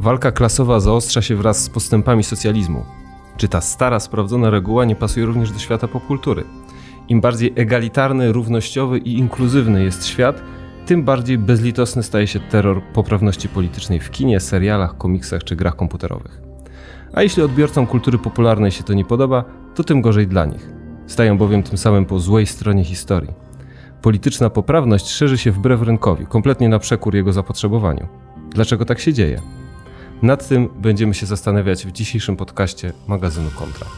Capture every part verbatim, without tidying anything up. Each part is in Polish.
walka klasowa zaostrza się wraz z postępami socjalizmu. Czy ta stara, sprawdzona reguła nie pasuje również do świata popkultury? Im bardziej egalitarny, równościowy i inkluzywny jest świat, tym bardziej bezlitosny staje się terror poprawności politycznej w kinie, serialach, komiksach czy grach komputerowych. A jeśli odbiorcom kultury popularnej się to nie podoba, to tym gorzej dla nich. Stają bowiem tym samym po złej stronie historii. Polityczna poprawność szerzy się wbrew rynkowi, kompletnie na przekór jego zapotrzebowaniu. Dlaczego tak się dzieje? Nad tym będziemy się zastanawiać w dzisiejszym podcaście magazynu Kontra.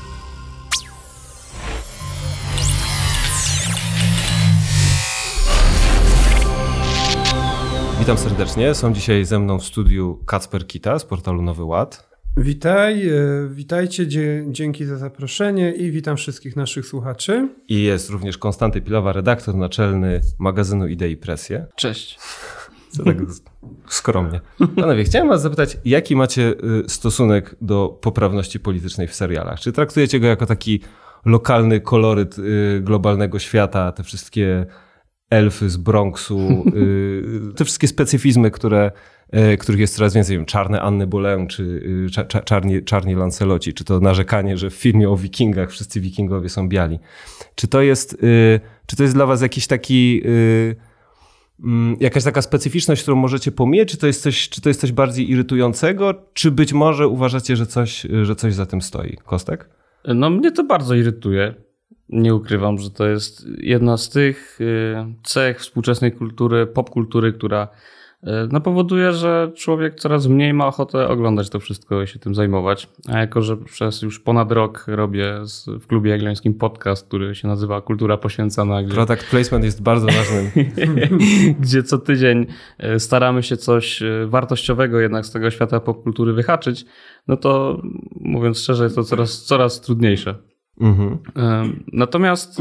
Witam serdecznie. Są dzisiaj ze mną w studiu Kacper Kita z portalu Nowy Ład. Witaj, witajcie, dzięki za zaproszenie i witam wszystkich naszych słuchaczy. I jest również Konstanty Pilowa, redaktor naczelny magazynu Idei Presję. Cześć. Co tak skromnie. Panowie, chciałem was zapytać, jaki macie stosunek do poprawności politycznej w serialach? Czy traktujecie go jako taki lokalny koloryt globalnego świata, te wszystkie elfy z Bronxu, te wszystkie specyfizmy, które, których jest coraz więcej, wiem, czarne Anny Boleyn, czy cza, czarni, czarni Lanceloci, czy to narzekanie, że w filmie o wikingach wszyscy wikingowie są biali. Czy to jest, czy to jest dla was jakiś taki... jakaś taka specyficzność, którą możecie pomijać, czy to jest coś, czy to jest coś bardziej irytującego, czy być może uważacie, że coś, że coś za tym stoi? Kostek? No mnie to bardzo irytuje. Nie ukrywam, że to jest jedna z tych cech współczesnej kultury, popkultury, która no, powoduje, że człowiek coraz mniej ma ochotę oglądać to wszystko i się tym zajmować. A jako, że przez już ponad rok robię z, w Klubie Jagiellońskim podcast, który się nazywa Kultura Poświęcona. Gdzie, product placement jest bardzo ważnym. Gdzie co tydzień staramy się coś wartościowego jednak z tego świata popkultury wyhaczyć, no to mówiąc szczerze jest to coraz, coraz trudniejsze. Mhm. Natomiast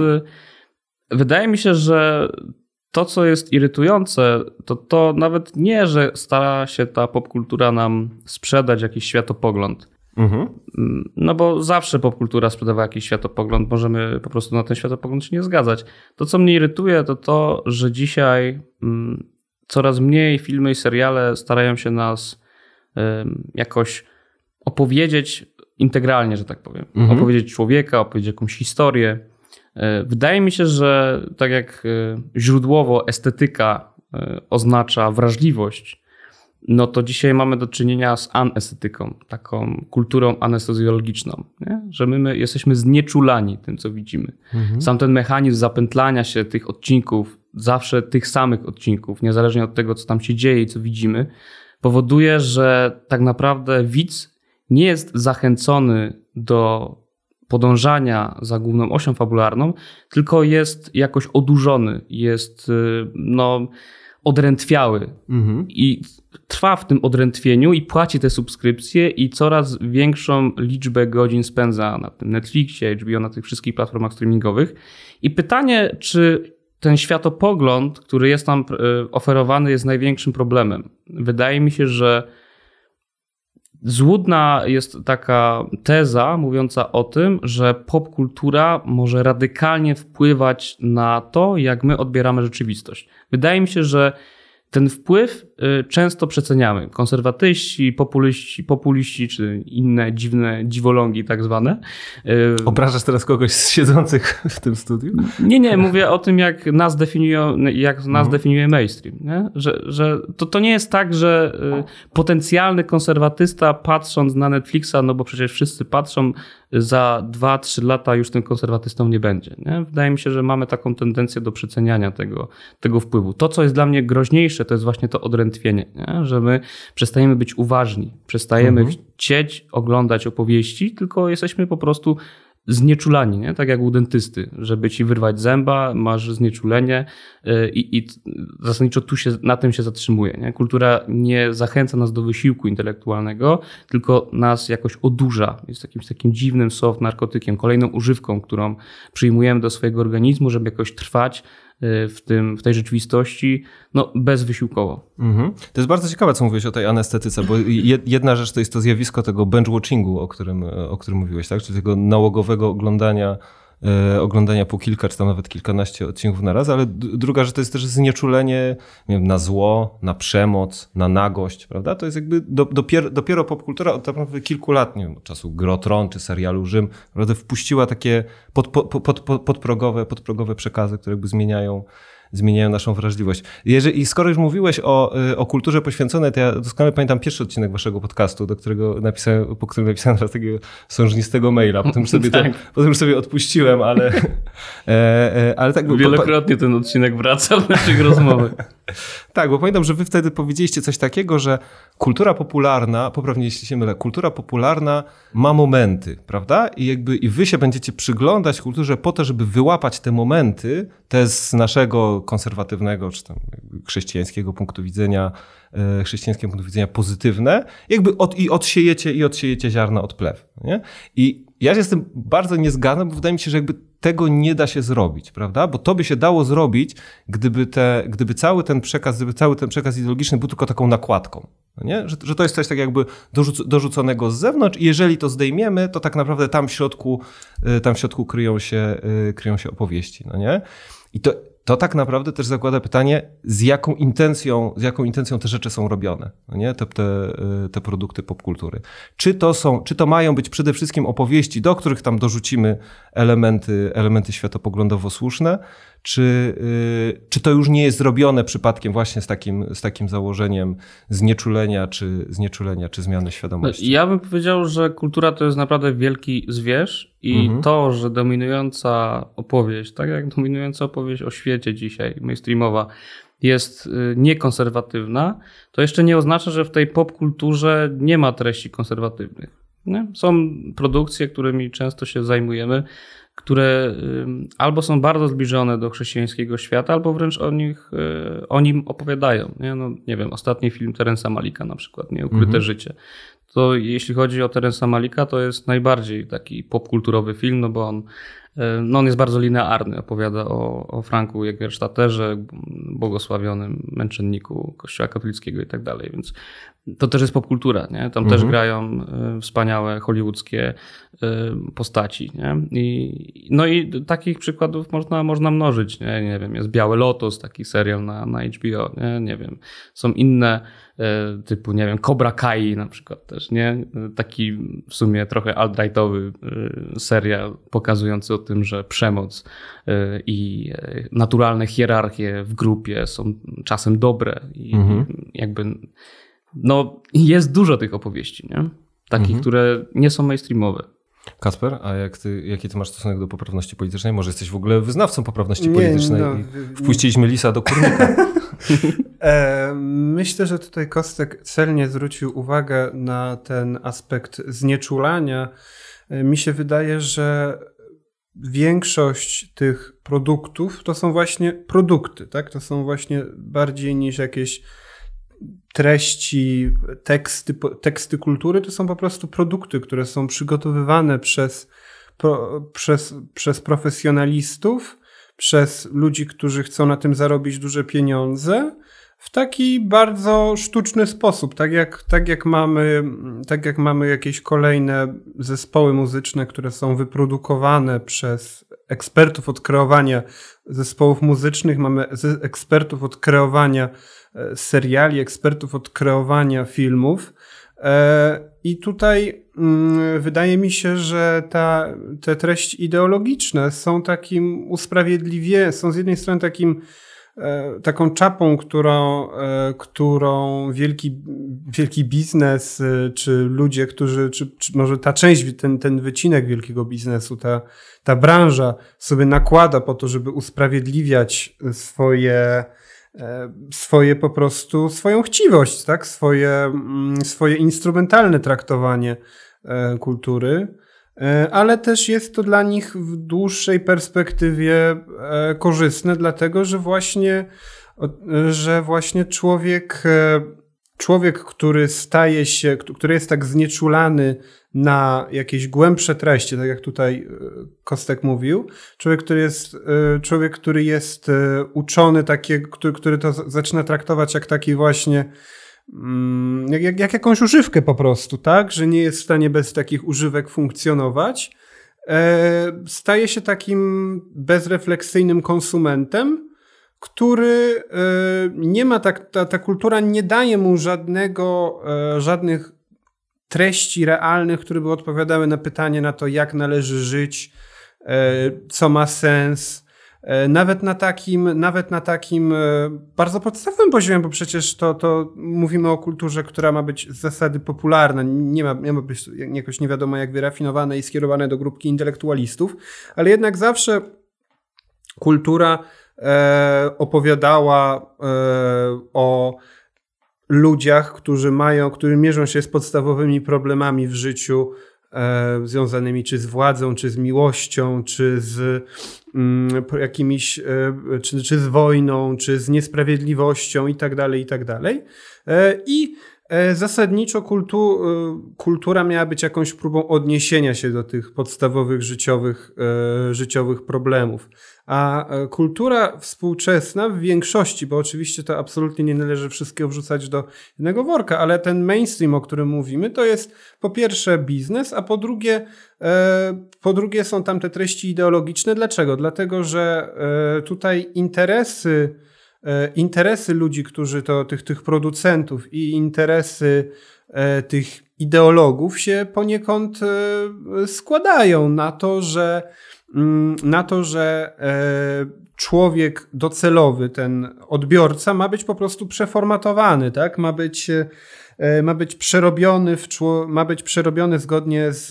wydaje mi się, że to, co jest irytujące, to to nawet nie, że stara się ta popkultura nam sprzedać jakiś światopogląd. Mhm. No bo zawsze popkultura sprzedawała jakiś światopogląd. Możemy po prostu na ten światopogląd się nie zgadzać. To, co mnie irytuje, to to, że dzisiaj mm, coraz mniej filmy i seriale starają się nas y, jakoś opowiedzieć integralnie, że tak powiem. Mhm. Opowiedzieć człowieka, opowiedzieć jakąś historię. Wydaje mi się, że tak jak źródłowo estetyka oznacza wrażliwość, no to dzisiaj mamy do czynienia z anestetyką, taką kulturą anestezjologiczną, nie? Że my, my jesteśmy znieczulani tym, co widzimy. Mhm. Sam ten mechanizm zapętlania się tych odcinków, zawsze tych samych odcinków, niezależnie od tego, co tam się dzieje i co widzimy, powoduje, że tak naprawdę widz nie jest zachęcony do podążania za główną osią fabularną, tylko jest jakoś odurzony, jest no, odrętwiały mhm. i trwa w tym odrętwieniu i płaci te subskrypcje i coraz większą liczbę godzin spędza na tym Netflixie, H B O, na tych wszystkich platformach streamingowych. I pytanie, czy ten światopogląd, który jest nam oferowany, jest największym problemem. Wydaje mi się, że złudna jest taka teza mówiąca o tym, że popkultura może radykalnie wpływać na to, jak my odbieramy rzeczywistość. Wydaje mi się, że ten wpływ często przeceniamy. Konserwatyści, populiści, populiści czy inne dziwne dziwolągi tak zwane. Obrażasz teraz kogoś z siedzących w tym studiu? Nie, nie. Mówię o tym, jak nas definiują, jak nas mhm. definiuje mainstream. Nie? Że, że to, to nie jest tak, że potencjalny konserwatysta patrząc na Netflixa, no bo przecież wszyscy patrzą, za dwa trzy lata już tym konserwatystą nie będzie. Nie? Wydaje mi się, że mamy taką tendencję do przeceniania tego, tego wpływu. To, co jest dla mnie groźniejsze, to jest właśnie to odrętwienie, nie? Że my przestajemy być uważni, przestajemy mhm. chcieć oglądać opowieści, tylko jesteśmy po prostu znieczulani, nie? Tak jak u dentysty, żeby ci wyrwać zęba, masz znieczulenie i, i zasadniczo tu się, na tym się zatrzymuje. Nie? Kultura nie zachęca nas do wysiłku intelektualnego, tylko nas jakoś odurza. Jest jakimś takim dziwnym soft narkotykiem, kolejną używką, którą przyjmujemy do swojego organizmu, żeby jakoś trwać w, tym, w tej rzeczywistości, no bezwysiłkowo. Mhm. To jest bardzo ciekawe, co mówiłeś o tej anestetyce, bo jedna rzecz to jest to zjawisko tego binge-watchingu, o którym, o którym mówiłeś, tak? Czyli tego nałogowego oglądania e, oglądania po kilka, czy tam nawet kilkanaście odcinków na raz, ale d- druga, że to jest też znieczulenie, nie wiem, na zło, na przemoc, na nagość, prawda? To jest jakby do, dopiero, dopiero popkultura od tak naprawdę kilku lat, nie wiem, od czasu Gry o Tron czy serialu Rzym, naprawdę wpuściła takie pod, pod, pod, pod, podprogowe, podprogowe przekazy, które jakby zmieniają zmieniają naszą wrażliwość. Jeżeli, I skoro już mówiłeś o, o kulturze poświęconej, to ja doskonale pamiętam pierwszy odcinek waszego podcastu, do którego napisałem, po którym napisałem teraz takiego sążnistego maila, potem już sobie, tak. to, potem już sobie odpuściłem, ale... E, e, ale tak, Wielokrotnie bo, ten odcinek wraca w naszych rozmowach. Tak, bo pamiętam, że wy wtedy powiedzieliście coś takiego, że kultura popularna, poprawnie jeśli się mylę, kultura popularna ma momenty, prawda? I jakby i wy się będziecie przyglądać kulturze po to, żeby wyłapać te momenty, te z naszego konserwatywnego, czy tam chrześcijańskiego punktu widzenia, e, chrześcijańskiego punktu widzenia pozytywne, jakby od, i odsiejecie, i odsiejecie ziarna od plew, nie? I ja się z tym bardzo nie zgadzam, bo wydaje mi się, że jakby tego nie da się zrobić, prawda? Bo to by się dało zrobić, gdyby, te, gdyby cały ten przekaz, gdyby cały ten przekaz ideologiczny był tylko taką nakładką. Nie? Że, że to jest coś tak jakby dorzuc- dorzuconego z zewnątrz i jeżeli to zdejmiemy, to tak naprawdę tam w środku, tam w środku kryją się, kryją się opowieści. No nie? I to, to tak naprawdę też zakłada pytanie, z jaką intencją, z jaką intencją te rzeczy są robione, no nie? Te, te, te produkty popkultury. Czy to są, czy to mają być przede wszystkim opowieści, do których tam dorzucimy elementy, elementy światopoglądowo słuszne, czy, yy, czy to już nie jest zrobione przypadkiem właśnie z takim, z takim założeniem znieczulenia, czy znieczulenia, czy zmiany świadomości? Ja bym powiedział, że kultura to jest naprawdę wielki zwierz i mhm. to, że dominująca opowieść, tak jak dominująca opowieść o świecie dzisiaj, mainstreamowa, jest niekonserwatywna, to jeszcze nie oznacza, że w tej popkulturze nie ma treści konserwatywnych. Nie? Są produkcje, którymi często się zajmujemy, które albo są bardzo zbliżone do chrześcijańskiego świata, albo wręcz o nich, o nim opowiadają. Nie, no, nie wiem, ostatni film Terensa Malika na przykład, nie, Ukryte mhm. życie. To jeśli chodzi o Terensa Malika, to jest najbardziej taki popkulturowy film, no bo on, no on jest bardzo linearny, opowiada o, o Franku Jägerstätterze, błogosławionym męczenniku Kościoła katolickiego i tak dalej, więc to też jest popkultura, nie? Tam mhm. też grają y, wspaniałe hollywoodzkie y, postaci, nie? I, no i takich przykładów można, można mnożyć, nie? Nie wiem, jest Biały Lotos, taki serial na, na H B O, nie? Nie wiem, są inne y, typu, nie wiem, Cobra Kai na przykład też, nie? Taki w sumie trochę alt-rightowy y, serial pokazujący o tym, że przemoc y, i y, naturalne hierarchie w grupie są czasem dobre i mhm. jakby no jest dużo tych opowieści, nie? Takich, mhm. które nie są mainstreamowe. Kasper, a jak ty, jaki ty masz stosunek do poprawności politycznej? Może jesteś w ogóle wyznawcą poprawności nie, politycznej no, i wpuściliśmy lisa do kurnika. e, myślę, że tutaj Kostek celnie zwrócił uwagę na ten aspekt znieczulania. E, mi się wydaje, że większość tych produktów to są właśnie produkty, tak? To są właśnie bardziej niż jakieś treści, teksty, teksty kultury, to są po prostu produkty, które są przygotowywane przez, pro, przez, przez profesjonalistów, przez ludzi, którzy chcą na tym zarobić duże pieniądze w taki bardzo sztuczny sposób. Tak jak, tak jak mamy, tak jak mamy jakieś kolejne zespoły muzyczne, które są wyprodukowane przez ekspertów od kreowania zespołów muzycznych, mamy ekspertów od kreowania seriali, ekspertów od kreowania filmów. I tutaj wydaje mi się, że ta, te treści ideologiczne są takim usprawiedliwieniem, są z jednej strony takim taką czapą, którą, którą wielki, wielki biznes, czy ludzie, którzy, czy, czy może ta część, ten, ten wycinek wielkiego biznesu, ta, ta branża sobie nakłada po to, żeby usprawiedliwiać swoje, swoje po prostu, swoją chciwość, tak? Swoje, swoje instrumentalne traktowanie kultury. Ale też jest to dla nich w dłuższej perspektywie korzystne, dlatego że właśnie, że właśnie człowiek, człowiek, który staje się, który jest tak znieczulany na jakieś głębsze treści, tak jak tutaj Kostek mówił, człowiek, który jest, człowiek, który jest uczony, takie, który, który to zaczyna traktować jak taki właśnie Jak, jak, jak jakąś używkę po prostu, tak? Że nie jest w stanie bez takich używek funkcjonować, staje się takim bezrefleksyjnym konsumentem, który nie ma tak, ta, ta kultura nie daje mu żadnego, żadnych treści realnych, które by odpowiadały na pytanie na to, jak należy żyć, co ma sens. Nawet na takim, nawet na takim bardzo podstawowym poziomie, bo przecież to, to mówimy o kulturze, która ma być z zasady popularna, nie ma, nie ma być jakoś nie wiadomo jak wyrafinowane i skierowane do grupki intelektualistów, ale jednak zawsze kultura e, opowiadała e, o ludziach, którzy mają, którzy mierzą się z podstawowymi problemami w życiu, e, związanymi czy z władzą, czy z miłością, czy z mm, jakimiś, e, czy, czy z wojną, czy z niesprawiedliwością i tak dalej, i tak dalej. E, I e, zasadniczo kultu, e, kultura miała być jakąś próbą odniesienia się do tych podstawowych życiowych, e, życiowych problemów. A kultura współczesna w większości, bo oczywiście to absolutnie nie należy wszystkiego wrzucać do jednego worka, ale ten mainstream, o którym mówimy, to jest po pierwsze biznes, a po drugie, e, po drugie są tam te treści ideologiczne. Dlaczego? Dlatego, że e, tutaj interesy, e, interesy ludzi, którzy to, tych, tych producentów i interesy e, tych ideologów się poniekąd e, składają na to, że na to, że człowiek docelowy, ten odbiorca ma być po prostu przeformatowany, tak? Ma być, ma być przerobiony w, ma być przerobiony zgodnie z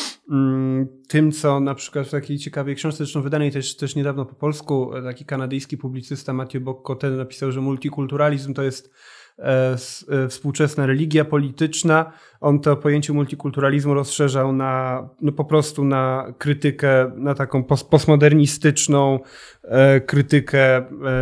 tym, co na przykład w takiej ciekawej książce, zresztą wydanej też, też niedawno po polsku, taki kanadyjski publicysta Matthew Boccoté napisał, że multikulturalizm to jest współczesna religia polityczna. On to pojęcie multikulturalizmu rozszerzał na, no po prostu na krytykę, na taką postmodernistyczną e, krytykę e,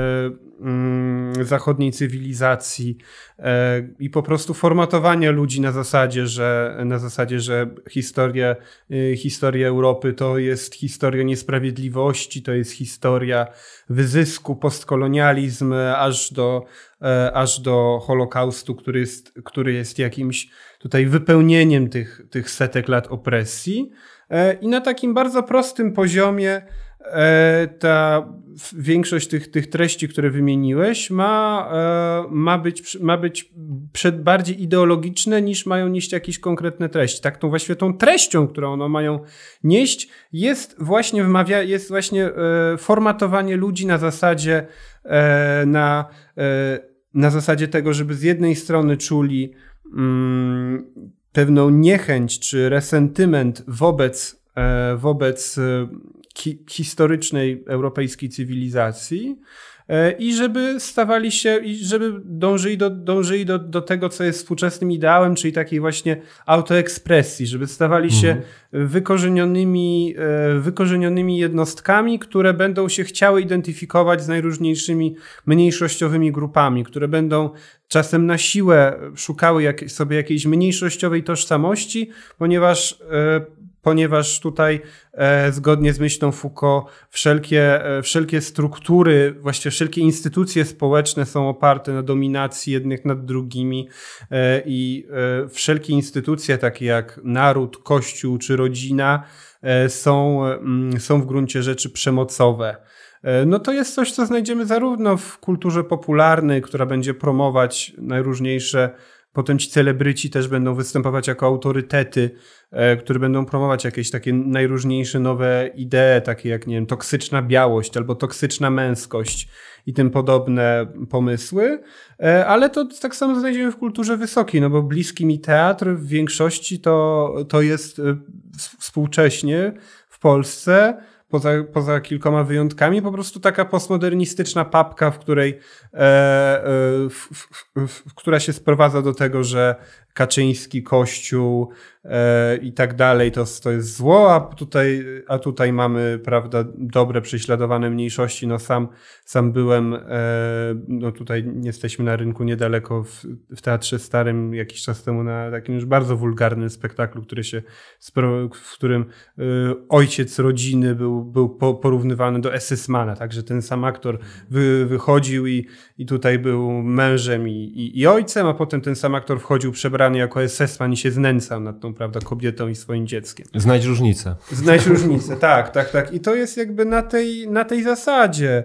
mm, zachodniej cywilizacji e, i po prostu formatowanie ludzi na zasadzie, że, na zasadzie, że historia, e, historia Europy to jest historia niesprawiedliwości, to jest historia wyzysku, postkolonializm, aż do aż do Holokaustu, który jest, który jest jakimś tutaj wypełnieniem tych, tych setek lat opresji. I na takim bardzo prostym poziomie ta większość tych, tych treści, które wymieniłeś, ma, ma być, ma być przed bardziej ideologiczne niż mają nieść jakieś konkretne treści. Tak, tą właściwie tą treścią, którą one mają nieść, jest właśnie wymawia, jest właśnie formatowanie ludzi na zasadzie na, na zasadzie tego, żeby z jednej strony czuli mm, pewną niechęć czy resentyment wobec, wobec hi, historycznej europejskiej cywilizacji i żeby stawali się, i żeby dążyli, do, dążyli do, do tego, co jest współczesnym ideałem, czyli takiej właśnie autoekspresji, żeby stawali się mhm. wykorzenionymi, wykorzenionymi jednostkami, które będą się chciały identyfikować z najróżniejszymi mniejszościowymi grupami, które będą czasem na siłę szukały jak, sobie jakiejś mniejszościowej tożsamości, ponieważ ponieważ tutaj e, zgodnie z myślą Foucault wszelkie, e, wszelkie struktury, właściwie wszelkie instytucje społeczne są oparte na dominacji jednych nad drugimi e, i e, wszelkie instytucje takie jak naród, kościół czy rodzina e, są, m, są w gruncie rzeczy przemocowe. E, no to jest coś, co znajdziemy zarówno w kulturze popularnej, która będzie promować najróżniejsze. Potem ci celebryci też będą występować jako autorytety, e, które będą promować jakieś takie najróżniejsze nowe idee, takie jak, nie wiem, toksyczna białość albo toksyczna męskość i tym podobne pomysły. E, ale to tak samo znajdziemy w kulturze wysokiej, no bo bliski mi teatr w większości to, to jest e, współcześnie w Polsce, Poza, poza kilkoma wyjątkami, po prostu taka postmodernistyczna papka, w której, e, e, w, w, w, która się sprowadza do tego, że Kaczyński, Kościół e, i tak dalej, to, to jest zło, a tutaj, a tutaj mamy, prawda, dobre prześladowane mniejszości. No sam, sam byłem, e, no tutaj jesteśmy na rynku niedaleko w, w Teatrze Starym jakiś czas temu na takim już bardzo wulgarnym spektaklu, który się, w którym e, ojciec rodziny był, był porównywany do esesmana, także ten sam aktor wy, wychodził i, i tutaj był mężem i, i, i ojcem, a potem ten sam aktor wchodził przebrany jako esesman i się znęcał nad tą prawda, kobietą i swoim dzieckiem. Znajdź różnicę. Znajdź różnicę, tak, tak, tak. I to jest jakby na tej, na tej zasadzie.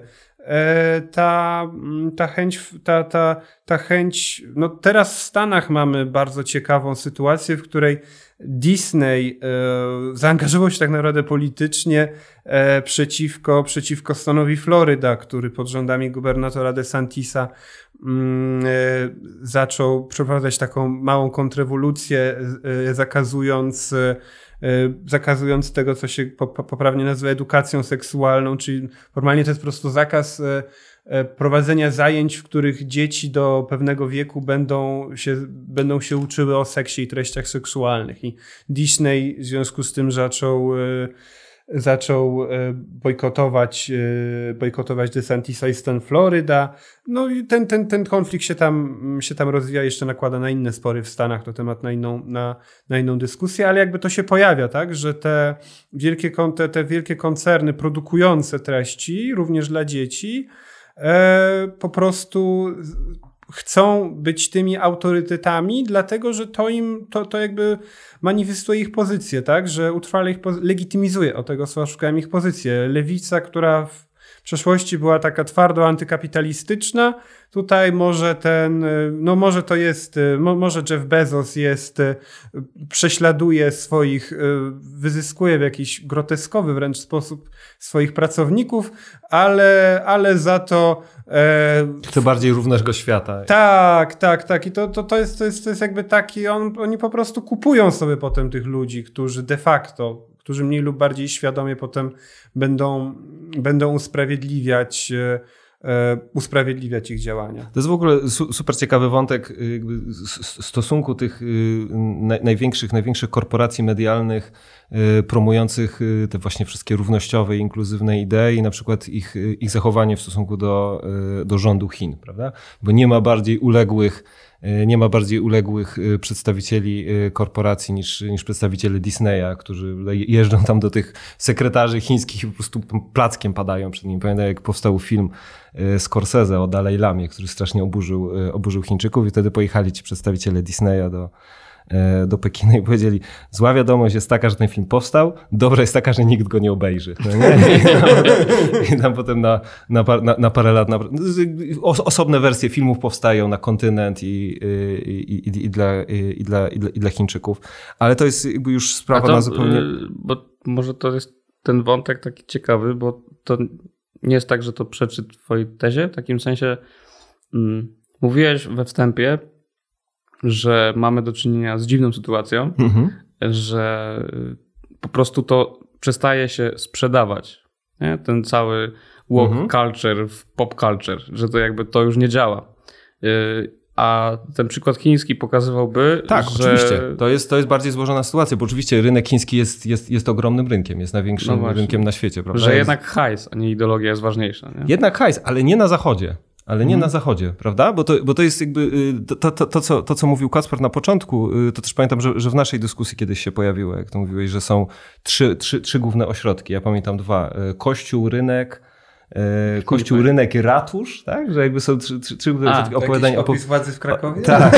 Ta, ta chęć, ta, ta, ta chęć, no teraz w Stanach mamy bardzo ciekawą sytuację, w której Disney e, zaangażował się tak naprawdę politycznie e, przeciwko, przeciwko stanowi Floryda, który pod rządami gubernatora DeSantisa mm, e, zaczął przeprowadzać taką małą kontrrewolucję, e, zakazując e, zakazując tego, co się poprawnie nazywa edukacją seksualną, czyli formalnie to jest po prostu zakaz prowadzenia zajęć, w których dzieci do pewnego wieku będą się, będą się uczyły o seksie i treściach seksualnych. I Disney w związku z tym zaczął zaczął bojkotować, bojkotować DeSantisa i stan Floryda. No i ten, ten, ten konflikt się tam, się tam rozwija, jeszcze nakłada na inne spory w Stanach, to temat na inną, na, na inną dyskusję, ale jakby to się pojawia, tak, że te wielkie, te, te wielkie koncerny produkujące treści, również dla dzieci, e, po prostu chcą być tymi autorytetami, dlatego, że to im, to, to jakby manifestuje ich pozycję, tak, że utrwale ich, legitymizuje, o tego słowa szukałem, ich pozycję. Lewica, która w przeszłości była taka twardo antykapitalistyczna, tutaj może ten, no może to jest, może Jeff Bezos jest, prześladuje swoich, wyzyskuje w jakiś groteskowy wręcz sposób swoich pracowników, ale, ale za to chce bardziej równego świata. Tak, tak, tak. I to, to, to, jest, to, jest, to jest jakby taki, on, oni po prostu kupują sobie potem tych ludzi, którzy de facto, którzy mniej lub bardziej świadomie potem będą, będą usprawiedliwiać, e, usprawiedliwiać ich działania. To jest w ogóle su, super ciekawy wątek jakby stosunku tych na, największych, największych korporacji medialnych promujących te właśnie wszystkie równościowe i inkluzywne idee i na przykład ich, ich zachowanie w stosunku do, do rządu Chin, prawda? Bo nie ma bardziej uległych Nie ma bardziej uległych przedstawicieli korporacji niż, niż przedstawiciele Disneya, którzy jeżdżą tam do tych sekretarzy chińskich i po prostu plackiem padają przed nim. Pamiętam, jak powstał film Scorsese o Dalaj Lamie, który strasznie oburzył, oburzył Chińczyków i wtedy pojechali ci przedstawiciele Disneya do, do Pekinu i powiedzieli, zła wiadomość jest taka, że ten film powstał, dobra jest taka, że nikt go nie obejrzy. No nie? I, tam potem, I tam potem na, na, na, na parę lat na, osobne wersje filmów powstają na kontynent i, i, i, i, dla, i, dla, i, dla, i dla Chińczyków. Ale to jest jakby już sprawa to, na zupełnie... Bo może to jest ten wątek taki ciekawy, bo to nie jest tak, że to przeczy twojej tezie, w takim sensie mm, mówiłeś we wstępie, że mamy do czynienia z dziwną sytuacją, mhm. że po prostu to przestaje się sprzedawać. Nie? Ten cały woke mhm. culture w pop culture, że to jakby to już nie działa. A ten przykład chiński pokazywałby, tak, że... oczywiście. To jest, to jest bardziej złożona sytuacja, bo oczywiście rynek chiński jest, jest, jest ogromnym rynkiem, jest największym no rynkiem na świecie. Prawda? Że jest... jednak hajs, a nie ideologia jest ważniejsza. Nie? Jednak hajs, ale nie na zachodzie. Ale nie hmm. na zachodzie, prawda? Bo to, bo to jest jakby to, to, to, co, to, co mówił Kacper na początku, to też pamiętam, że, że w naszej dyskusji kiedyś się pojawiło, jak to mówiłeś, że są trzy, trzy, trzy główne ośrodki. Ja pamiętam dwa. Kościół, rynek, Kościół, rynek i ratusz, tak? Że jakby są trzy, trzy, trzy główne ośrodki opowiadania. Jakiś opis władzy w Krakowie? Tak.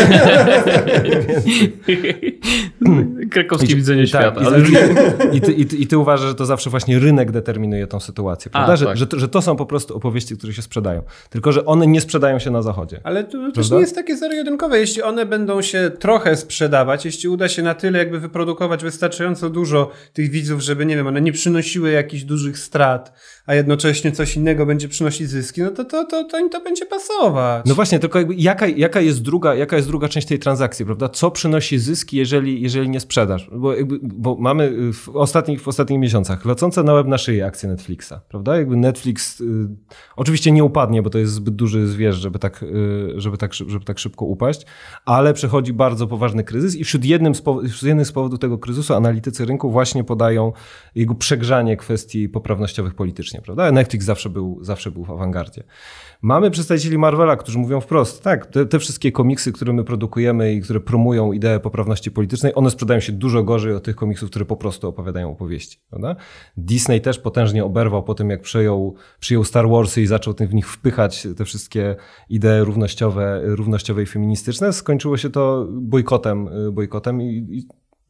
Krakowskie I, widzenie i, świata. Tak, ale... i, ty, i, ty, I ty uważasz, że to zawsze właśnie rynek determinuje tą sytuację, prawda? A, że, tak. że, to, że to są po prostu opowieści, które się sprzedają. Tylko że one nie sprzedają się na zachodzie. Ale to też nie jest takie zero-jedynkowe. Jeśli one będą się trochę sprzedawać, jeśli uda się na tyle jakby wyprodukować wystarczająco dużo tych widzów, żeby, nie wiem, one nie przynosiły jakichś dużych strat, a jednocześnie coś innego będzie przynosić zyski, no to, to, to, to im to będzie pasować. No właśnie, tylko jakby jaka, jaka, jest druga, jaka jest druga część tej transakcji, prawda? Co przynosi zyski, jeżeli, jeżeli nie sprzedaż? Bo, jakby, bo mamy w ostatnich, w ostatnich miesiącach lecące na łeb na szyję akcje Netflixa, prawda? Jakby Netflix y, oczywiście nie upadnie, bo to jest zbyt duży zwierz, żeby tak, y, żeby tak, żeby tak szybko upaść, ale przechodzi bardzo poważny kryzys i wśród jednym z, powo- wśród jednym z powodów tego kryzysu analitycy rynku właśnie podają jego przegrzanie kwestii poprawnościowych politycznie, prawda? Netflix zawsze był, zawsze był w awangardzie. Mamy przedstawicieli Marvela, którzy mówią wprost, tak, te, te wszystkie komiksy, które my produkujemy i które promują ideę poprawności politycznej, one sprzedają się dużo gorzej od tych komiksów, które po prostu opowiadają opowieści, prawda? Disney też potężnie oberwał po tym, jak przejął, przyjął Star Warsy i zaczął w nich wpychać te wszystkie idee równościowe, równościowe i feministyczne. Skończyło się to bojkotem, bojkotem i, i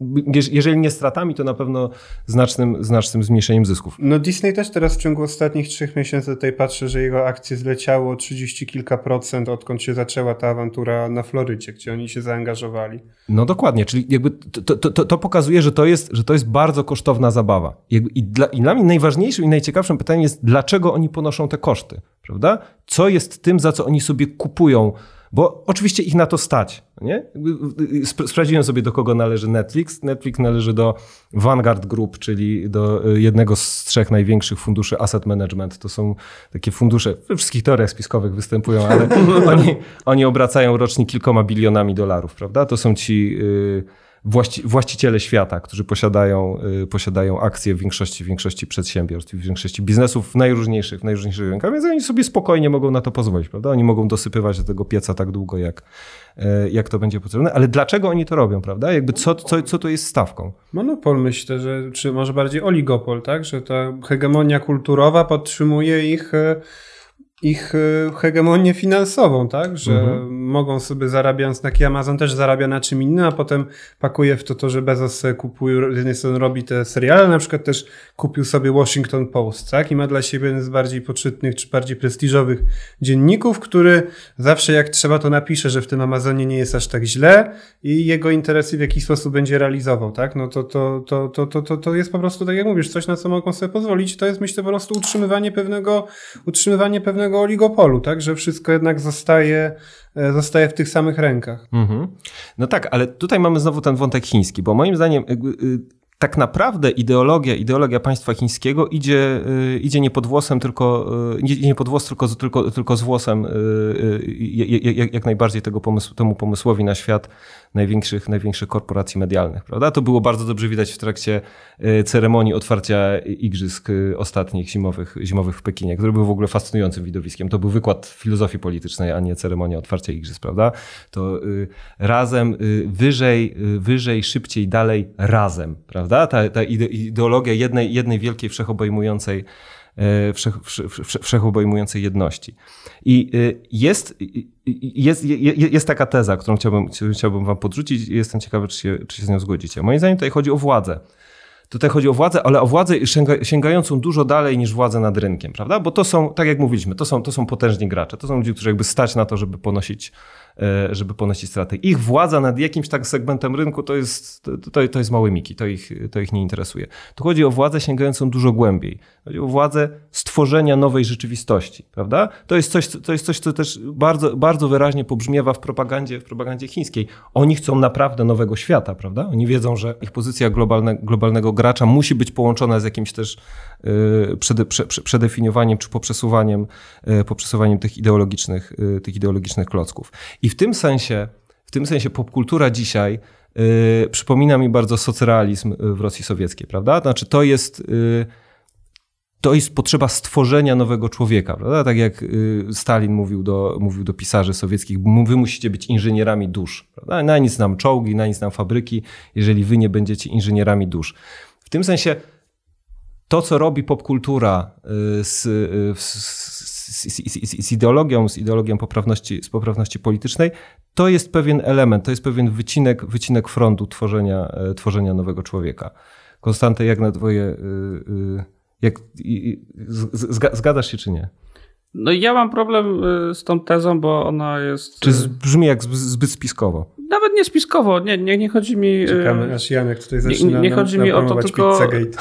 jeżeli nie stratami, to na pewno znacznym, znacznym zmniejszeniem zysków. No Disney też teraz w ciągu ostatnich trzech miesięcy tutaj patrzę, że jego akcje zleciało trzydzieści kilka procent, odkąd się zaczęła ta awantura na Florydzie, gdzie oni się zaangażowali. No dokładnie, czyli jakby to, to, to, to pokazuje, że to, jest, że to jest bardzo kosztowna zabawa. Jakby i, dla, I dla mnie najważniejszym i najciekawszym pytaniem jest, dlaczego oni ponoszą te koszty, prawda? Co jest tym, za co oni sobie kupują. Bo oczywiście ich na to stać. Nie? Sprawdziłem sobie, do kogo należy Netflix. Netflix należy do Vanguard Group, czyli do jednego z trzech największych funduszy asset management. To są takie fundusze, we wszystkich teoriach spiskowych występują, ale oni, oni obracają rocznie kilkoma bilionami dolarów, prawda? To są ci yy, właści, właściciele świata, którzy posiadają, yy, posiadają akcje w większości, w większości przedsiębiorstw, w większości biznesów w najróżniejszych, w najróżniejszych rynkach, więc oni sobie spokojnie mogą na to pozwolić, prawda? Oni mogą dosypywać do tego pieca tak długo, jak, yy, jak to będzie potrzebne, ale dlaczego oni to robią, prawda? Jakby co, co, co to jest stawką? Monopol, myślę, że, czy może bardziej oligopol, tak? Że ta hegemonia kulturowa podtrzymuje ich... Yy... ich hegemonię finansową, tak? Że mhm. mogą sobie zarabiać, taki Amazon też zarabia na czym innym, a potem pakuje w to to, że Bezos sobie kupuje, z jednej strony robi te seriale, na przykład też kupił sobie Washington Post, tak? I ma dla siebie jeden z bardziej poczytnych czy bardziej prestiżowych dzienników, który zawsze jak trzeba to napisze, że w tym Amazonie nie jest aż tak źle i jego interesy w jakiś sposób będzie realizował, tak? No to, to, to, to, to, to, to jest po prostu, tak jak mówisz, coś, na co mogą sobie pozwolić. To jest, myślę, po prostu utrzymywanie pewnego, utrzymywanie pewnego oligopolu, tak, że wszystko jednak zostaje, zostaje w tych samych rękach. Mhm. No tak, ale tutaj mamy znowu ten wątek chiński, bo moim zdaniem tak naprawdę ideologia, ideologia państwa chińskiego idzie, idzie nie pod włosem, tylko nie, nie pod włos, tylko, tylko, tylko z włosem jak, jak najbardziej tego pomysłu, temu pomysłowi na świat największych, największych korporacji medialnych, prawda? To było bardzo dobrze widać w trakcie ceremonii otwarcia igrzysk ostatnich zimowych, zimowych w Pekinie, który był w ogóle fascynującym widowiskiem. To był wykład filozofii politycznej, a nie ceremonia otwarcia igrzysk, prawda? To razem, wyżej, wyżej, szybciej, dalej, razem, prawda? Ta, ta ideologia jednej, jednej wielkiej, wszechobejmującej, wszech, wszech, wszechobejmującej jedności. I jest, jest, jest taka teza, którą chciałbym, chciałbym wam podrzucić i jestem ciekawy, czy się, czy się z nią zgodzicie. Moim zdaniem tutaj chodzi o władzę. Tutaj chodzi o władzę, ale o władzę sięga, sięgającą dużo dalej niż władzę nad rynkiem, prawda? Bo to są, tak jak mówiliśmy, to są, to są potężni gracze. To są ludzie, którzy jakby stać na to, żeby ponosić, żeby ponosić straty. Ich władza nad jakimś tak segmentem rynku to jest, to, to jest małe miki, to ich, to ich nie interesuje. Tu chodzi o władzę sięgającą dużo głębiej. Chodzi o władzę stworzenia nowej rzeczywistości, prawda? To jest coś, to jest coś, co też bardzo, bardzo wyraźnie pobrzmiewa w propagandzie, w propagandzie chińskiej. Oni chcą naprawdę nowego świata, prawda? Oni wiedzą, że ich pozycja globalne, globalnego gracza musi być połączona z jakimś też yy, przede, prze, przedefiniowaniem czy poprzesuwaniem, yy, poprzesuwaniem tych ideologicznych, yy, tych ideologicznych klocków. I w tym sensie, w tym sensie popkultura dzisiaj yy, przypomina mi bardzo socrealizm w Rosji Sowieckiej, prawda? Znaczy to jest, yy, to jest potrzeba stworzenia nowego człowieka, prawda? Tak jak yy, Stalin mówił do, mówił do pisarzy sowieckich, wy musicie być inżynierami dusz, prawda? Na nic nam czołgi, na nic nam fabryki, jeżeli wy nie będziecie inżynierami dusz. W tym sensie to, co robi popkultura yy, z, yy, z Z, z, z ideologią, z ideologią poprawności, z poprawności politycznej, to jest pewien element, to jest pewien wycinek, wycinek frontu tworzenia, tworzenia nowego człowieka. Konstanty, jak na twoje... Jak, zgadzasz się czy nie? No ja mam problem z tą tezą, bo ona jest... Czy brzmi jak zbyt spiskowo? Nawet nie spiskowo, nie, nie, nie chodzi mi... Czekamy, aż Janek tutaj zaczyna Nie, nie chodzi mi o to, tylko...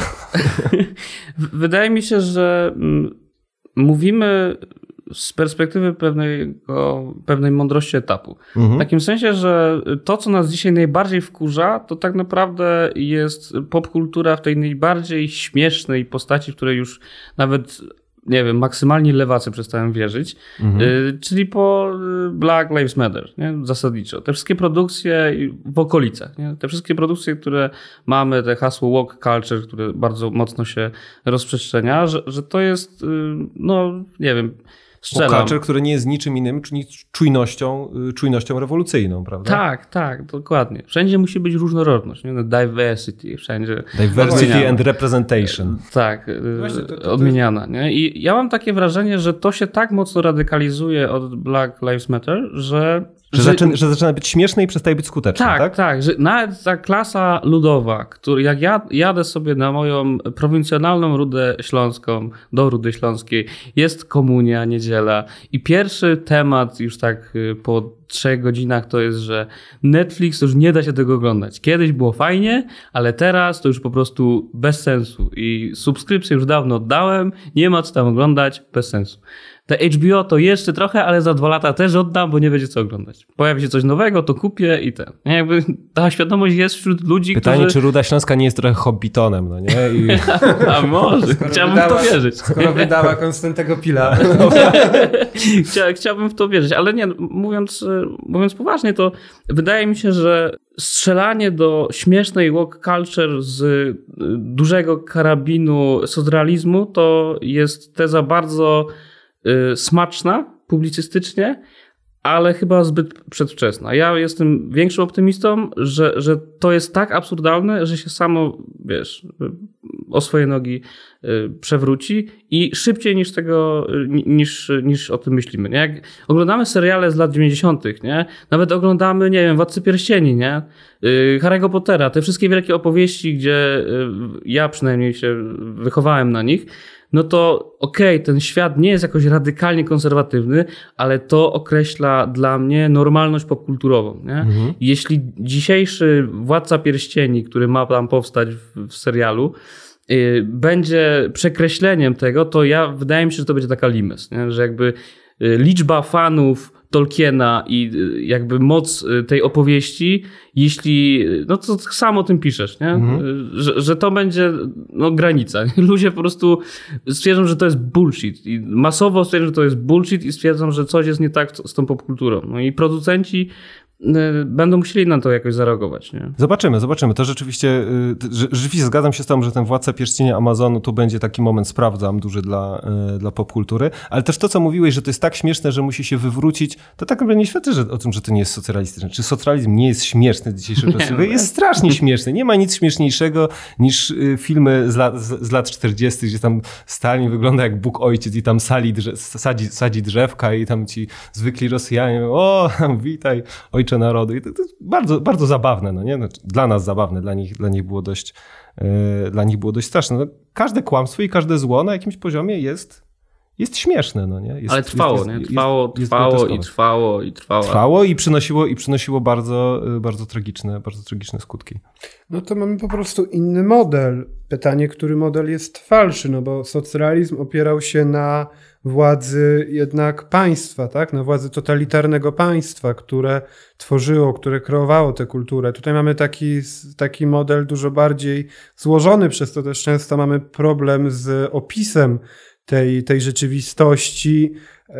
Wydaje mi się, że mówimy z perspektywy pewnego, pewnej mądrości etapu. Mhm. W takim sensie, że to, co nas dzisiaj najbardziej wkurza, to tak naprawdę jest popkultura w tej najbardziej śmiesznej postaci, w której już nawet, nie wiem, maksymalnie lewacy przestałem wierzyć, mhm. y, czyli po Black Lives Matter, nie? Zasadniczo. Te wszystkie produkcje w okolicach, nie? Te wszystkie produkcje, które mamy, te hasło woke culture, które bardzo mocno się rozprzestrzenia, że, że to jest, y, no nie wiem, strzelam. Woke culture, które nie jest niczym innym, czyli czujnością, czujnością rewolucyjną, prawda? Tak, tak, dokładnie. Wszędzie musi być różnorodność, nie? Diversity, wszędzie. Diversity and representation. Tak, Właśnie to, to, to odmieniana. Nie? I ja mam takie wrażenie, że to się tak mocno radykalizuje od Black Lives Matter, że Że, że, zaczyna, że zaczyna być śmieszne i przestaje być skuteczne, tak? Tak, tak. Że nawet ta klasa ludowa, który jak ja jadę sobie na moją prowincjonalną Rudę Śląską, do Rudy Śląskiej, jest komunia, niedziela i pierwszy temat już tak po trzech godzinach to jest, że Netflix to już nie da się tego oglądać. Kiedyś było fajnie, ale teraz to już po prostu bez sensu i subskrypcję już dawno oddałem, nie ma co tam oglądać, bez sensu. Te H B O to jeszcze trochę, ale za dwa lata też oddam, bo nie będzie co oglądać. Pojawi się coś nowego, to kupię i ten. Jakby ta świadomość jest wśród ludzi, Pytanie, którzy... czy Ruda Śląska nie jest trochę Hobbitonem, no nie? I... A może, skoro chciałbym wydała, w to wierzyć. Skoro wydała Konstantego Pila. Chcia, chciałbym w to wierzyć, ale nie, mówiąc, mówiąc poważnie, to wydaje mi się, że strzelanie do śmiesznej woke culture z dużego karabinu socrealizmu to jest teza bardzo smaczna publicystycznie, ale chyba zbyt przedwczesna. Ja jestem większym optymistą, że, że to jest tak absurdalne, że się samo, wiesz, o swoje nogi przewróci i szybciej niż tego, niż, niż o tym myślimy. Nie? Jak oglądamy seriale z lat dziewięćdziesiątych, nie? Nawet oglądamy, nie wiem, Władcy Pierścieni, nie? Harry'ego Pottera, te wszystkie wielkie opowieści, gdzie ja przynajmniej się wychowałem na nich, no to okej, okay, ten świat nie jest jakoś radykalnie konserwatywny, ale to określa dla mnie normalność popkulturową. Nie? Mhm. Jeśli dzisiejszy Władca Pierścieni, który ma tam powstać w, w serialu, yy, będzie przekreśleniem tego, to ja wydaje mi się, że to będzie taka limes, nie? Że jakby yy, liczba fanów Tolkiena i jakby moc tej opowieści, jeśli, no to sam o tym piszesz, nie? Mhm. Że, że to będzie no, granica. Ludzie po prostu stwierdzą, że to jest bullshit i masowo stwierdzą, że to jest bullshit i stwierdzą, że coś jest nie tak z tą popkulturą. No i producenci będą musieli na to jakoś zareagować. Nie? Zobaczymy, zobaczymy. To rzeczywiście, rzeczywiście zgadzam się z tym, że ten Władca Pierścienia Amazonu tu będzie taki moment, sprawdzam, duży dla, dla popkultury, ale też to, co mówiłeś, że to jest tak śmieszne, że musi się wywrócić, to tak naprawdę nie świadczy że, o tym, że to nie jest socrealistyczne. Czy socrealizm nie jest śmieszny w dzisiejszej perspektywie? Jest strasznie śmieszny. Nie ma nic śmieszniejszego niż filmy z lat, z lat czterdziestych, gdzie tam Stalin wygląda jak Bóg Ojciec i tam sali drze, sadzi, sadzi drzewka i tam ci zwykli Rosjanie mówią, o, witaj, ojcze narody. I to, to jest bardzo, bardzo zabawne, no nie? Znaczy, dla nas zabawne, dla nich, dla nich było dość, yy, dla nich było dość straszne. No, każde kłamstwo i każde zło na jakimś poziomie jest, jest śmieszne, no nie? Jest, ale trwało, jest, nie? Jest, trwało, jest, trwało jest i trwało i trwało. Trwało i przynosiło, i przynosiło bardzo, bardzo tragiczne, bardzo tragiczne skutki. No to mamy po prostu inny model. Pytanie, który model jest falszy, no bo socrealizm opierał się na władzy jednak państwa, tak? Na władzy totalitarnego państwa, które tworzyło, które kreowało tę kulturę. Tutaj mamy taki, taki model dużo bardziej złożony, przez to też często mamy problem z opisem tej, tej rzeczywistości,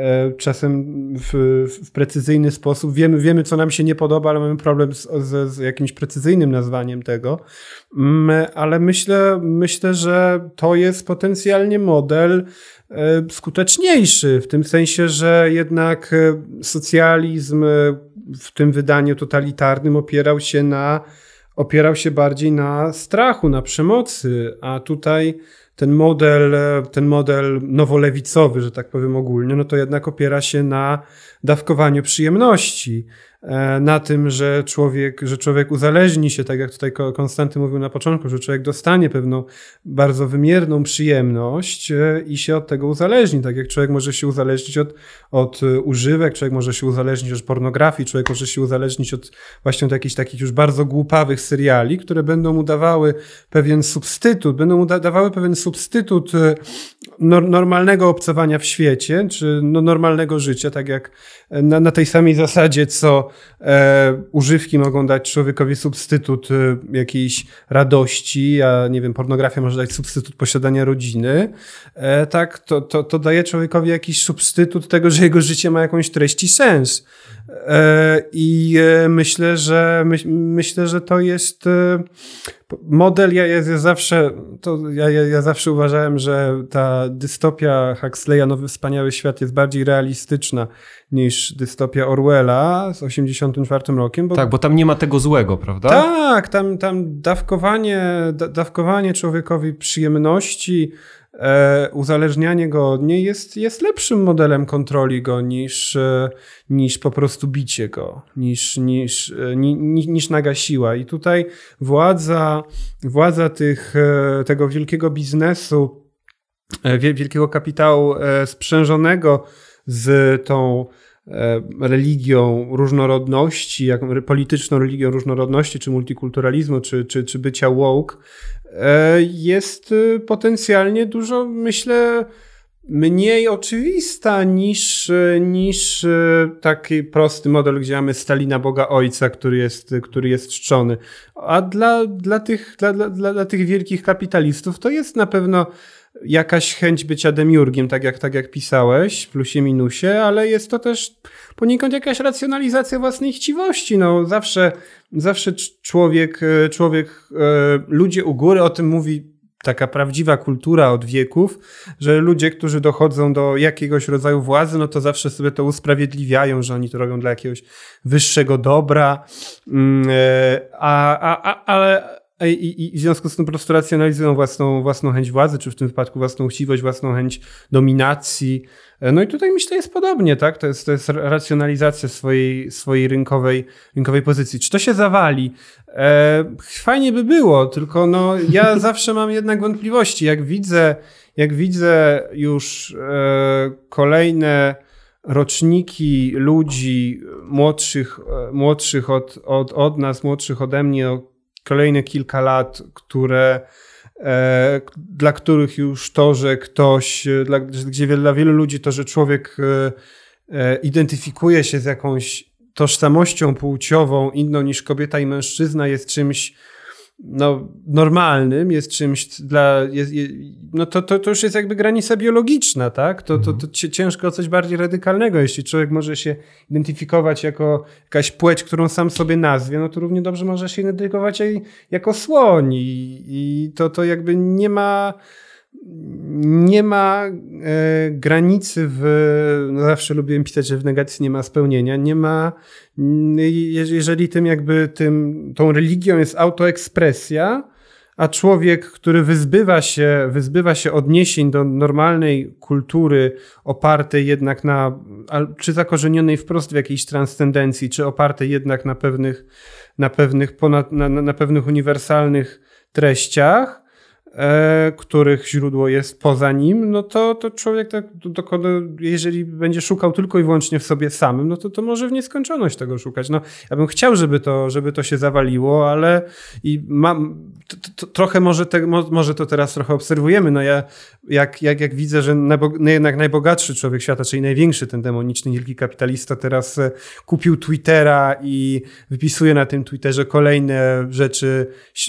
czasem w, w precyzyjny sposób. Wiemy, wiemy, co nam się nie podoba, ale mamy problem z, z, z jakimś precyzyjnym nazwaniem tego. Ale myślę, myślę, że to jest potencjalnie model skuteczniejszy, w tym sensie, że jednak socjalizm w tym wydaniu totalitarnym opierał się na, opierał się bardziej na strachu, na przemocy, a tutaj ten model, ten model nowolewicowy, że tak powiem ogólnie, no to jednak opiera się na dawkowaniu przyjemności, na tym, że człowiek, że człowiek uzależni się, tak jak tutaj Konstanty mówił na początku, że człowiek dostanie pewną bardzo wymierną przyjemność i się od tego uzależni, tak jak człowiek może się uzależnić od, od używek, człowiek może się uzależnić od pornografii, człowiek może się uzależnić od właśnie od jakichś takich już bardzo głupawych seriali, które będą mu dawały pewien substytut, będą mu da- dawały pewien substytut no- normalnego obcowania w świecie, czy no- normalnego życia, tak jak na, na tej samej zasadzie, co E, używki mogą dać człowiekowi substytut e, jakiejś radości, a nie wiem, pornografia może dać substytut posiadania rodziny, e, tak, to, to, to daje człowiekowi jakiś substytut tego, że jego życie ma jakąś treść i sens. E, I e, myślę, że my, myślę, że to jest e, model, ja, ja, ja zawsze to ja, ja, ja zawsze uważałem, że ta dystopia Huxleya, Nowy Wspaniały Świat jest bardziej realistyczna niż dystopia Orwella z osiemdziesiątym czwartym rokiem. Bo, tak, bo tam nie ma tego złego, prawda? Tak, tam, tam dawkowanie, da, dawkowanie człowiekowi przyjemności, e, uzależnianie go od niej jest, jest lepszym modelem kontroli go niż, e, niż po prostu bicie go, niż, niż, e, ni, ni, niż naga siła. I tutaj władza, władza tych, e, tego wielkiego biznesu, e, wielkiego kapitału e, sprzężonego z tą religią różnorodności, jak polityczną religią różnorodności, czy multikulturalizmu, czy, czy, czy bycia woke, jest potencjalnie dużo, myślę, mniej oczywista niż, niż taki prosty model, gdzie mamy Stalina, Boga Ojca, który jest, który jest czczony. A dla, dla, tych, dla, dla, dla tych wielkich kapitalistów to jest na pewno jakaś chęć bycia demiurgiem, tak jak, tak jak pisałeś, plusie, minusie, ale jest to też poniekąd jakaś racjonalizacja własnej chciwości. No, zawsze, zawsze człowiek, człowiek, ludzie u góry, o tym mówi taka prawdziwa kultura od wieków, że ludzie, którzy dochodzą do jakiegoś rodzaju władzy, no to zawsze sobie to usprawiedliwiają, że oni to robią dla jakiegoś wyższego dobra, a, a, a, ale I, I w związku z tym po prostu racjonalizują własną, własną chęć władzy, czy w tym wypadku własną chciwość, własną chęć dominacji. No i tutaj myślę jest podobnie, tak? To jest, to jest racjonalizacja swojej, swojej rynkowej, rynkowej pozycji. Czy to się zawali? E, fajnie by było, tylko no, ja zawsze mam jednak wątpliwości. Jak widzę, jak widzę już e, kolejne roczniki ludzi młodszych, młodszych od, od, od nas, młodszych ode mnie, kolejne kilka lat, które, e, dla których już to, że ktoś, dla, gdzie dla wielu ludzi to, że człowiek e, e, identyfikuje się z jakąś tożsamością płciową inną niż kobieta i mężczyzna, jest czymś no, normalnym, jest czymś dla... Jest, no to, to, to już jest jakby granica biologiczna, tak? To, to, to ciężko o coś bardziej radykalnego. Jeśli człowiek może się identyfikować jako jakaś płeć, którą sam sobie nazwie, no to równie dobrze może się identyfikować jako słoń i, i to, to jakby nie ma... Nie ma e, granicy w... No zawsze lubiłem pisać, że w negacji nie ma spełnienia. Nie ma... Jeżeli tym jakby tym, tą religią jest autoekspresja, a człowiek, który wyzbywa się, wyzbywa się odniesień do normalnej kultury opartej jednak na... czy zakorzenionej wprost w jakiejś transcendencji, czy opartej jednak na pewnych, na pewnych, ponad, na, na pewnych uniwersalnych treściach, E, których źródło jest poza nim, no to, to człowiek tak, to, to, jeżeli będzie szukał tylko i wyłącznie w sobie samym, no to, to może w nieskończoność tego szukać. No, ja bym chciał, żeby to, żeby to się zawaliło, ale i mam, to, to, trochę może, te, może to teraz trochę obserwujemy. No ja, jak, jak, jak widzę, że najbo, jednak najbogatszy człowiek świata, czyli największy ten demoniczny wielki kapitalista teraz kupił Twittera i wypisuje na tym Twitterze kolejne rzeczy,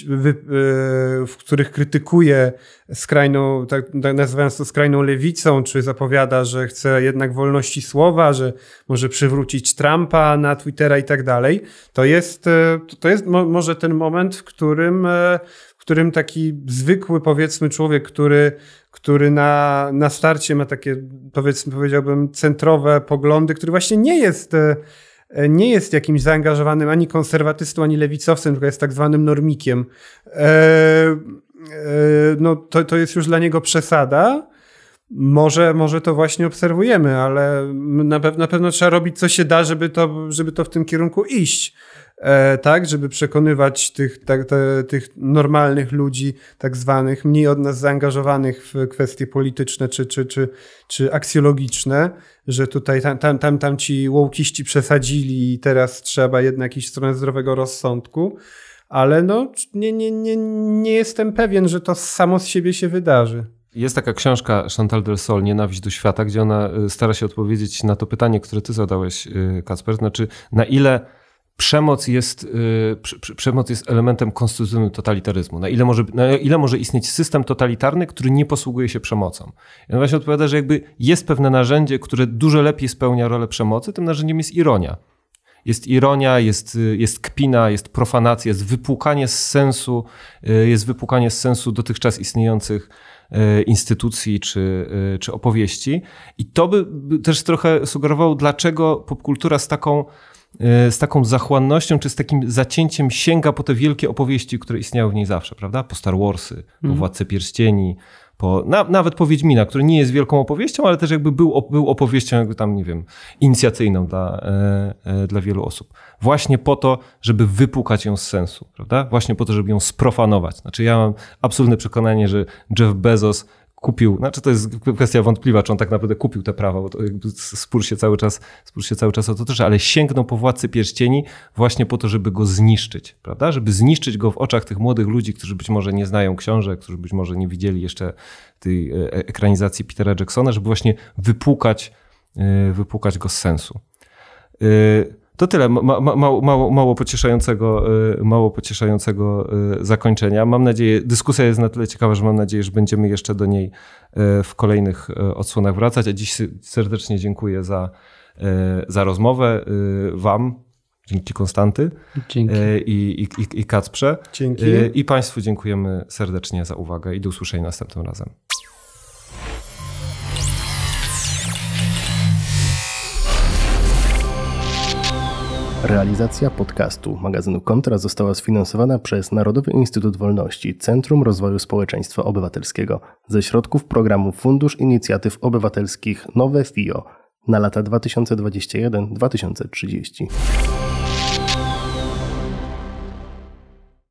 w których krytykuje skrajną, tak nazywając to skrajną lewicą, czy zapowiada, że chce jednak wolności słowa, że może przywrócić Trumpa na Twittera i tak dalej, to jest, to jest może ten moment, w którym, w którym taki zwykły, powiedzmy, człowiek, który, który na, na starcie ma takie, powiedzmy, powiedziałbym, centrowe poglądy, który właśnie nie jest nie jest jakimś zaangażowanym ani konserwatystą, ani lewicowcem, tylko jest tak zwanym normikiem. E- no to, to jest już dla niego przesada. Może, może to właśnie obserwujemy, ale na, pew- na pewno trzeba robić co się da, żeby to, żeby to w tym kierunku iść. E, tak, żeby przekonywać tych, tak, te, tych normalnych ludzi, tak zwanych, mniej od nas zaangażowanych w kwestie polityczne czy, czy, czy, czy aksjologiczne, że tutaj tam, tam, tam, tam ci łoukiści przesadzili i teraz trzeba jednak iść w stronę zdrowego rozsądku. Ale no, nie, nie, nie, nie jestem pewien, że to samo z siebie się wydarzy. Jest taka książka Chantal Delsol, Nienawiść do świata, gdzie ona stara się odpowiedzieć na to pytanie, które ty zadałeś, Kacper. Znaczy, na ile przemoc jest, przemoc jest elementem konstytucyjnym totalitaryzmu? Na ile, może, na ile może istnieć system totalitarny, który nie posługuje się przemocą? I on właśnie odpowiada, że jakby jest pewne narzędzie, które dużo lepiej spełnia rolę przemocy. Tym narzędziem jest ironia. Jest ironia, jest, jest kpina, jest profanacja, jest wypłukanie z sensu, jest wypłukanie z sensu dotychczas istniejących instytucji czy, czy opowieści. I to by też trochę sugerowało, dlaczego popkultura z taką, z taką zachłannością czy z takim zacięciem sięga po te wielkie opowieści, które istniały w niej zawsze, prawda? Po Star Warsy, po Władcę Pierścieni, po, na, nawet po Wiedźmina, który nie jest wielką opowieścią, ale też jakby był, był opowieścią jakby tam, nie wiem, inicjacyjną dla, e, e, dla wielu osób. Właśnie po to, żeby wypłukać ją z sensu, prawda? Właśnie po to, żeby ją sprofanować. Znaczy ja mam absolutne przekonanie, że Jeff Bezos kupił, znaczy to jest kwestia wątpliwa, czy on tak naprawdę kupił te prawa, bo to jakby spór się cały czas, spór się cały czas o to też, ale sięgnął po Władcy Pierścieni właśnie po to, żeby go zniszczyć, prawda? Żeby zniszczyć go w oczach tych młodych ludzi, którzy być może nie znają książek, którzy być może nie widzieli jeszcze tej ekranizacji Petera Jacksona, żeby właśnie wypłukać, wypłukać go z sensu. To tyle, ma, ma, mało, mało, mało, pocieszającego, mało pocieszającego zakończenia. Mam nadzieję, dyskusja jest na tyle ciekawa, że mam nadzieję, że będziemy jeszcze do niej w kolejnych odsłonach wracać. A dziś serdecznie dziękuję za, za rozmowę wam, dzięki Konstanty Dzięki. I, i, i Kacprze. Dzięki. I państwu dziękujemy serdecznie za uwagę i do usłyszenia następnym razem. Realizacja podcastu magazynu Kontra została sfinansowana przez Narodowy Instytut Wolności, Centrum Rozwoju Społeczeństwa Obywatelskiego ze środków programu Fundusz Inicjatyw Obywatelskich Nowe F I O na lata dwa tysiące dwudziesty pierwszy do dwa tysiące trzydziestego.